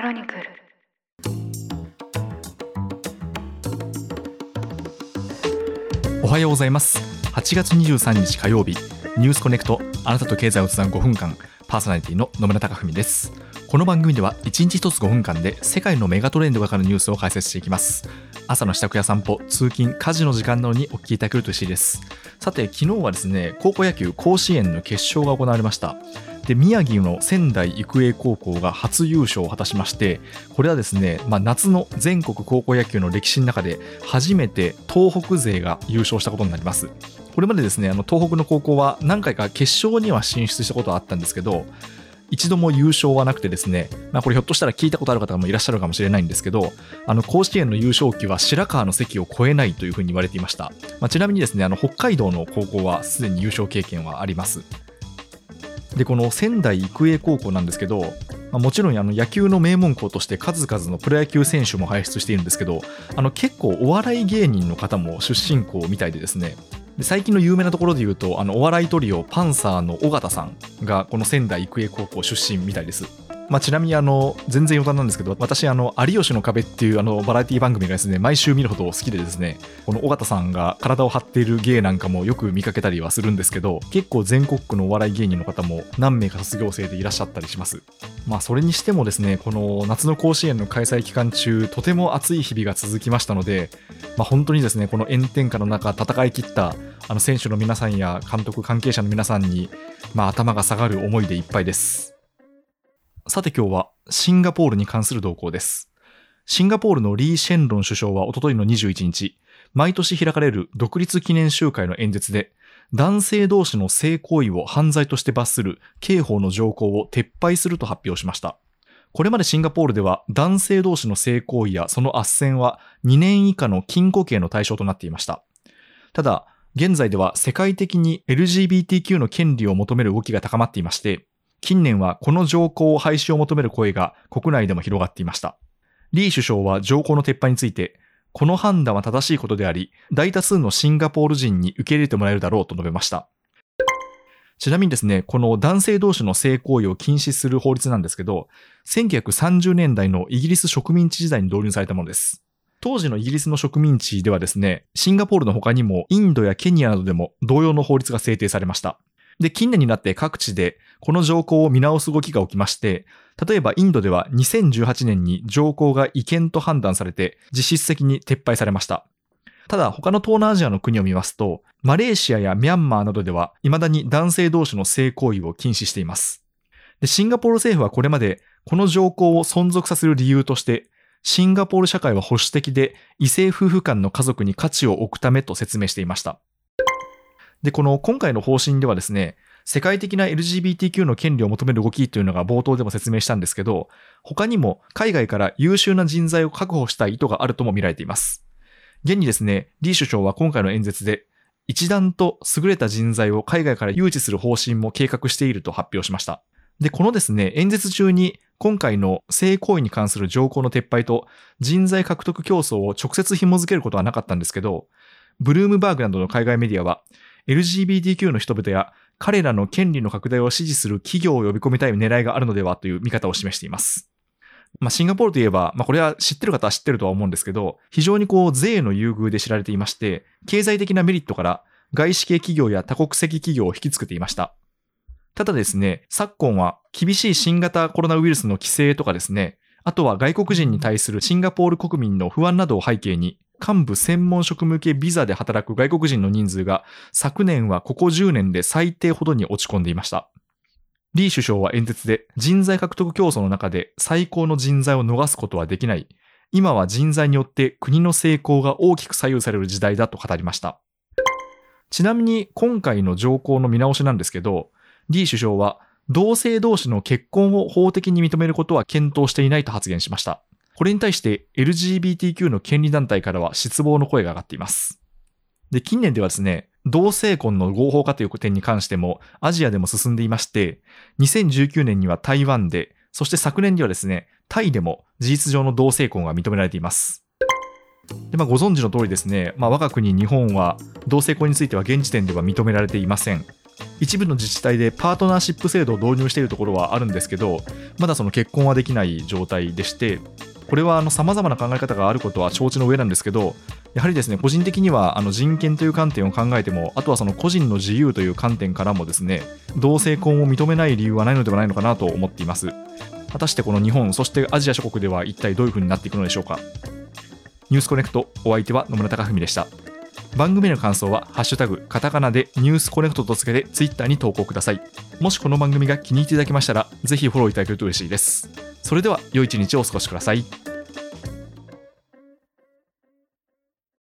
クロニクル。 おはようございます。8月23日火曜日、ニュースコネクト、あなたと経済をつなぐ5分間、パーソナリティの野村貴文です。この番組では1日1つ5分間で世界のメガトレンドがかかるニュースを解説していきます。朝の支度や散歩、通勤、家事の時間などにお聞きいただけると嬉しいです。さて、昨日はですね、高校野球甲子園の決勝が行われました。で、宮城の仙台育英高校が初優勝を果たしまして、これはですね、夏の全国高校野球の歴史の中で初めて東北勢が優勝したことになります。これまでですね、東北の高校は何回か決勝には進出したことはあったんですけど、一度も優勝はなくてですね、これひょっとしたら聞いたことある方もいらっしゃるかもしれないんですけど、甲子園の優勝旗は白河の関を越えないというふうに言われていました。ちなみにですね、北海道の高校はすでに優勝経験はあります。で、この仙台育英高校なんですけど、もちろん野球の名門校として数々のプロ野球選手も輩出しているんですけど、結構お笑い芸人の方も出身校みたいでですね、で最近の有名なところで言うとお笑いトリオパンサーの尾形さんがこの仙台育英高校出身みたいです。ちなみに全然余談なんですけど、私有吉の壁っていうバラエティ番組がですね、毎週見るほど好きでですね、この尾形さんが体を張っている芸なんかもよく見かけたりはするんですけど、結構全国区のお笑い芸人の方も何名か卒業生でいらっしゃったりします。それにしてもですね、この夏の甲子園の開催期間中、とても暑い日々が続きましたので、本当にですね、この炎天下の中戦い切った選手の皆さんや監督関係者の皆さんに、頭が下がる思いでいっぱいです。さて今日はシンガポールに関する動向です。シンガポールのリー・シェンロン首相はおとといの21日、毎年開かれる独立記念集会の演説で、男性同士の性行為を犯罪として罰する刑法の条項を撤廃すると発表しました。これまでシンガポールでは男性同士の性行為やその斡旋は2年以下の禁錮刑の対象となっていました。ただ、現在では世界的に LGBTQ の権利を求める動きが高まっていまして、近年はこの条項を廃止を求める声が国内でも広がっていました。リー首相は条項の撤廃について、この判断は正しいことであり、大多数のシンガポール人に受け入れてもらえるだろうと述べました。ちなみにですね、この男性同士の性行為を禁止する法律なんですけど、1930年代のイギリス植民地時代に導入されたものです。当時のイギリスの植民地ではですね、シンガポールの他にもインドやケニアなどでも同様の法律が制定されました。で、近年になって各地でこの条項を見直す動きが起きまして、例えばインドでは2018年に条項が違憲と判断されて実質的に撤廃されました。ただ他の東南アジアの国を見ますと、マレーシアやミャンマーなどでは未だに男性同士の性行為を禁止しています。で、シンガポール政府はこれまでこの条項を存続させる理由として、シンガポール社会は保守的で異性夫婦間の家族に価値を置くためと説明していました。で、今回の方針ではですね、世界的な LGBTQ の権利を求める動きというのが冒頭でも説明したんですけど、他にも海外から優秀な人材を確保したい意図があるとも見られています。現にですね、リー首相は今回の演説で、一段と優れた人材を海外から誘致する方針も計画していると発表しました。で、このですね、演説中に今回の性行為に関する条項の撤廃と人材獲得競争を直接紐づけることはなかったんですけど、ブルームバーグなどの海外メディアは、LGBTQ の人々や彼らの権利の拡大を支持する企業を呼び込みたい狙いがあるのではという見方を示しています。シンガポールといえば、これは知ってる方は知ってるとは思うんですけど、非常に税の優遇で知られていまして、経済的なメリットから外資系企業や多国籍企業を引きつけていました。ただですね、昨今は厳しい新型コロナウイルスの規制とかですね、あとは外国人に対するシンガポール国民の不安などを背景に、幹部専門職向けビザで働く外国人の人数が昨年はここ10年で最低ほどに落ち込んでいました。リー首相は演説で人材獲得競争の中で最高の人材を逃すことはできない。今は人材によって国の成功が大きく左右される時代だと語りました。ちなみに今回の条項の見直しなんですけど、リー首相は同性同士の結婚を法的に認めることは検討していないと発言しました。これに対して LGBTQ の権利団体からは失望の声が上がっています。で、近年ではですね、同性婚の合法化という点に関してもアジアでも進んでいまして、2019年には台湾で、そして昨年にはですね、タイでも事実上の同性婚が認められています。で、ご存知の通りですね、我が国日本は同性婚については現時点では認められていません。 一部の自治体でパートナーシップ制度を導入しているところはあるんですけど、まだその結婚はできない状態でして、これは様々な考え方があることは承知の上なんですけど、やはりですね、個人的には人権という観点を考えても、あとはその個人の自由という観点からもですね、同性婚を認めない理由はないのではないのかなと思っています。果たしてこの日本、そしてアジア諸国では一体どういう風になっていくのでしょうか。ニュースコネクト、お相手は野村貴文でした。番組の感想はハッシュタグカタカナでニュースコネクトとつけてツイッターに投稿ください。もしこの番組が気に入っていただけましたら、ぜひフォローいただけると嬉しいです。それでは良い一日をお過ごしください。